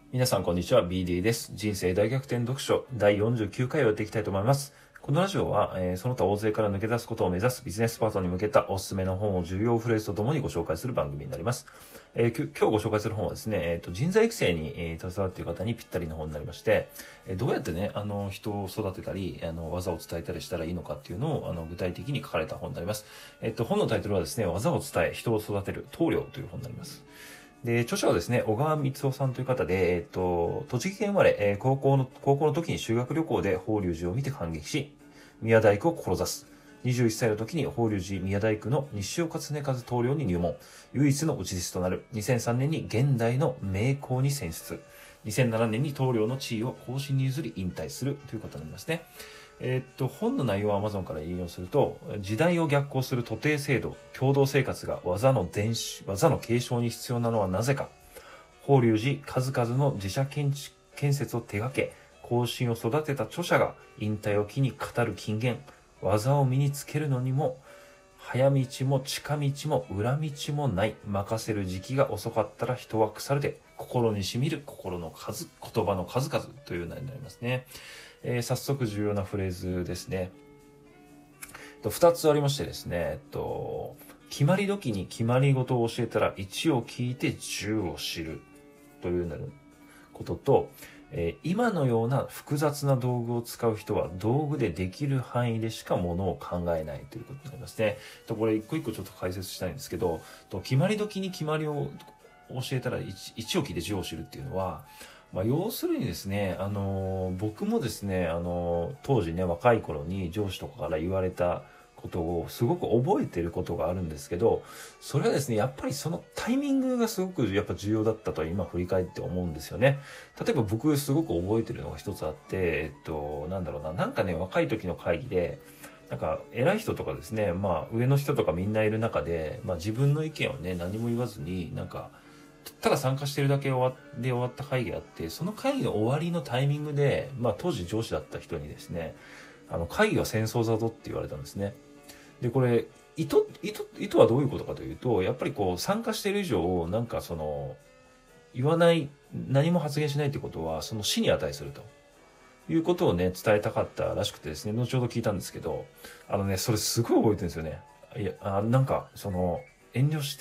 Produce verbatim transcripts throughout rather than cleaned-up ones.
皆さんこんにちは、ビーディー です。人生大逆転読書だいよんじゅうきゅうかいをやっていきたいと思います。このラジオは、えー、その他大勢から抜け出すことを目指すビジネスパートナーに向けたおすすめの本を重要フレーズとともにご紹介する番組になります。えー、今日ご紹介する本はですね、えーと、人材育成に、えー、携わっている方にぴったりの本になりまして、えー、どうやってね、あの、人を育てたり、あの、技を伝えたりしたらいいのかっていうのを、あの、具体的に書かれた本になります。えっと、本のタイトルはですね、技を伝え、人を育てる、棟梁という本になります。で、著者はですね、小川光夫さんという方で、えっと、栃木県生まれ、えー、高校の、高校の時に修学旅行で法隆寺を見て感激し、宮大工を志す。にじゅういっさいの時に法隆寺宮大工の西岡常和棟梁に入門。唯一の打ち弟子となる。にせんさんねんに現代の名工に選出。にせんななねんに棟梁の地位を後進に譲り引退するということになりますね。えー、っと、本の内容は Amazon から引用すると、時代を逆行する徒弟制度、共同生活が技の伝承、技の継承に必要なのはなぜか。法隆寺数々の自社建築建設を手掛け、後進を育てた著者が引退を機に語る金言、技を身につけるのにも、早道も近道も裏道もない。任せる時期が遅かったら人は腐るで、心に染みる心の数、言葉の数々という内容になりますね。えー、早速重要なフレーズですね。二つありましてですね、えっと、決まり時に決まり事を教えたらいちを聞いてじゅうを知るというなることと、えー、今のような複雑な道具を使う人は道具でできる範囲でしかものを考えないということになりますね。とこれ一個一個ちょっと解説したいんですけど、と決まり時に決まりを教えたら 1, いちを聞いてじゅうを知るっていうのは、まあ、要するにですね、あのー、僕もですね、あのー、当時ね、若い頃に上司とかから言われたことをすごく覚えてることがあるんですけど、それはですね、やっぱりそのタイミングがすごくやっぱ重要だったと今振り返って思うんですよね。例えば僕すごく覚えてるのが一つあって、えっと、なんだろうな、なんかね、若い時の会議で、なんか偉い人とかですね、まあ上の人とかみんないる中で、まあ自分の意見をね、何も言わずに、なんか、ただ参加してるだけ終わで終わった会議があって、その会議の終わりのタイミングで、まあ当時上司だった人にですね、あの会議は戦争だぞって言われたんですね。で、これ、意図、意図、意図はどういうことかというと、やっぱりこう参加している以上、なんかその、言わない、何も発言しないってことは、その死に値するということをね、伝えたかったらしくてですね、後ほど聞いたんですけど、あのね、それすごい覚えてるんですよね。いや、あなんか、その、遠慮して、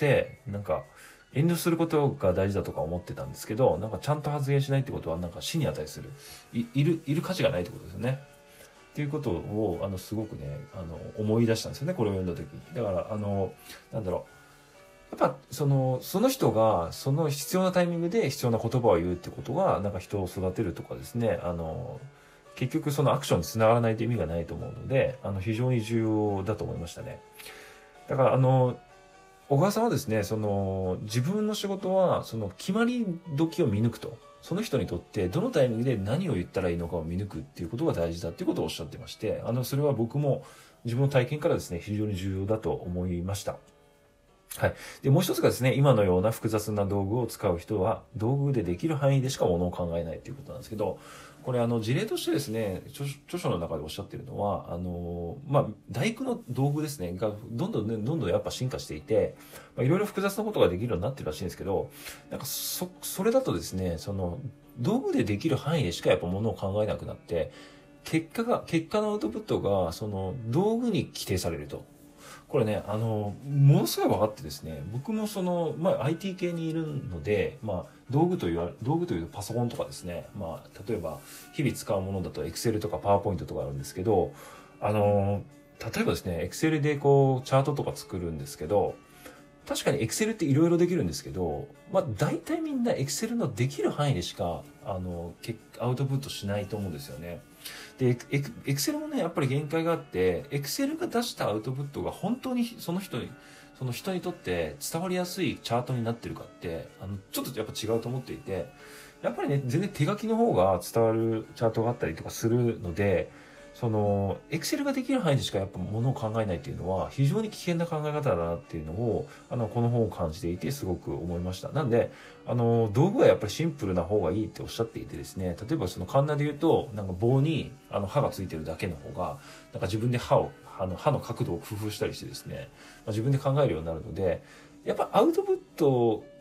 なんか、遠慮することが大事だとか思ってたんですけど、なんかちゃんと発言しないってことは、なんか死に値する。い、いる、いる価値がないってことですよね。っていうことを、あの、すごくね、あの、思い出したんですよね、これを読んだ時に。だから、あの、なんだろう。やっぱ、その、その人が、その必要なタイミングで必要な言葉を言うってことが、なんか人を育てるとかですね、あの、結局そのアクションにつながらないという意味がないと思うので、あの、非常に重要だと思いましたね。だから、あの、小川さんはですね、その、自分の仕事は、その、決まり時を見抜くと。その人にとって、どのタイミングで何を言ったらいいのかを見抜くっていうことが大事だっていうことをおっしゃってまして、あの、それは僕も自分の体験からですね、非常に重要だと思いました。はい。で、もう一つがですね、今のような複雑な道具を使う人は、道具でできる範囲でしかものを考えないということなんですけど、これあの、事例としてですね、著著書の中でおっしゃっているのは、あの、まあ、大工の道具ですね、が、どんどんね、どんどんやっぱ進化していて、まあ、いろいろ複雑なことができるようになってるらしいんですけど、なんか、そ、それだとですね、その、道具でできる範囲でしかやっぱものを考えなくなって、結果が、結果のアウトプットが、その、道具に規定されると。これね、あの、ものすごい分かってですね、僕もその、まあ、アイティー 系にいるので、まあ、道具という、道具というパソコンとかですね、まあ、例えば、日々使うものだと Excel とか PowerPoint とかあるんですけど、あの、例えばですね、Excel でこう、チャートとか作るんですけど、確かに Excel っていろいろできるんですけど、まあ、大体みんな Excel のできる範囲でしか、あの、アウトプットしないと思うんですよね。で、エクセルもね、やっぱり限界があって、エクセルが出したアウトプットが本当にその人に、その人にとって伝わりやすいチャートになってるかって、あの、ちょっとやっぱ違うと思っていて、やっぱりね、全然手書きの方が伝わるチャートがあったりとかするので、その、エクセルができる範囲でしかやっぱものを考えないっていうのは非常に危険な考え方だなっていうのを、あの、この本を感じていてすごく思いました。なんで、あの、道具はやっぱりシンプルな方がいいっておっしゃっていてですね、例えばその簡単で言うと、なんか棒にあの刃がついてるだけの方が、なんか自分で刃を、あの、刃の角度を工夫したりしてですね、まあ、自分で考えるようになるので、やっぱアウトプット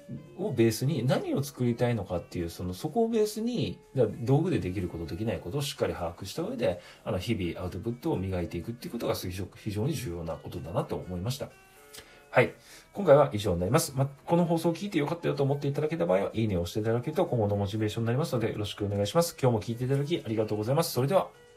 をベースに何を作りたいのかっていう、その、そこをベースに、道具でできること、できないことをしっかり把握した上で、あの、日々アウトプットを磨いていくっていうことが非常に重要なことだなと思いました。はい。今回は以上になります。ま、この放送を聞いてよかったよと思っていただけた場合は、いいねを押していただけると今後のモチベーションになりますので、よろしくお願いします。今日も聞いていただきありがとうございます。それでは。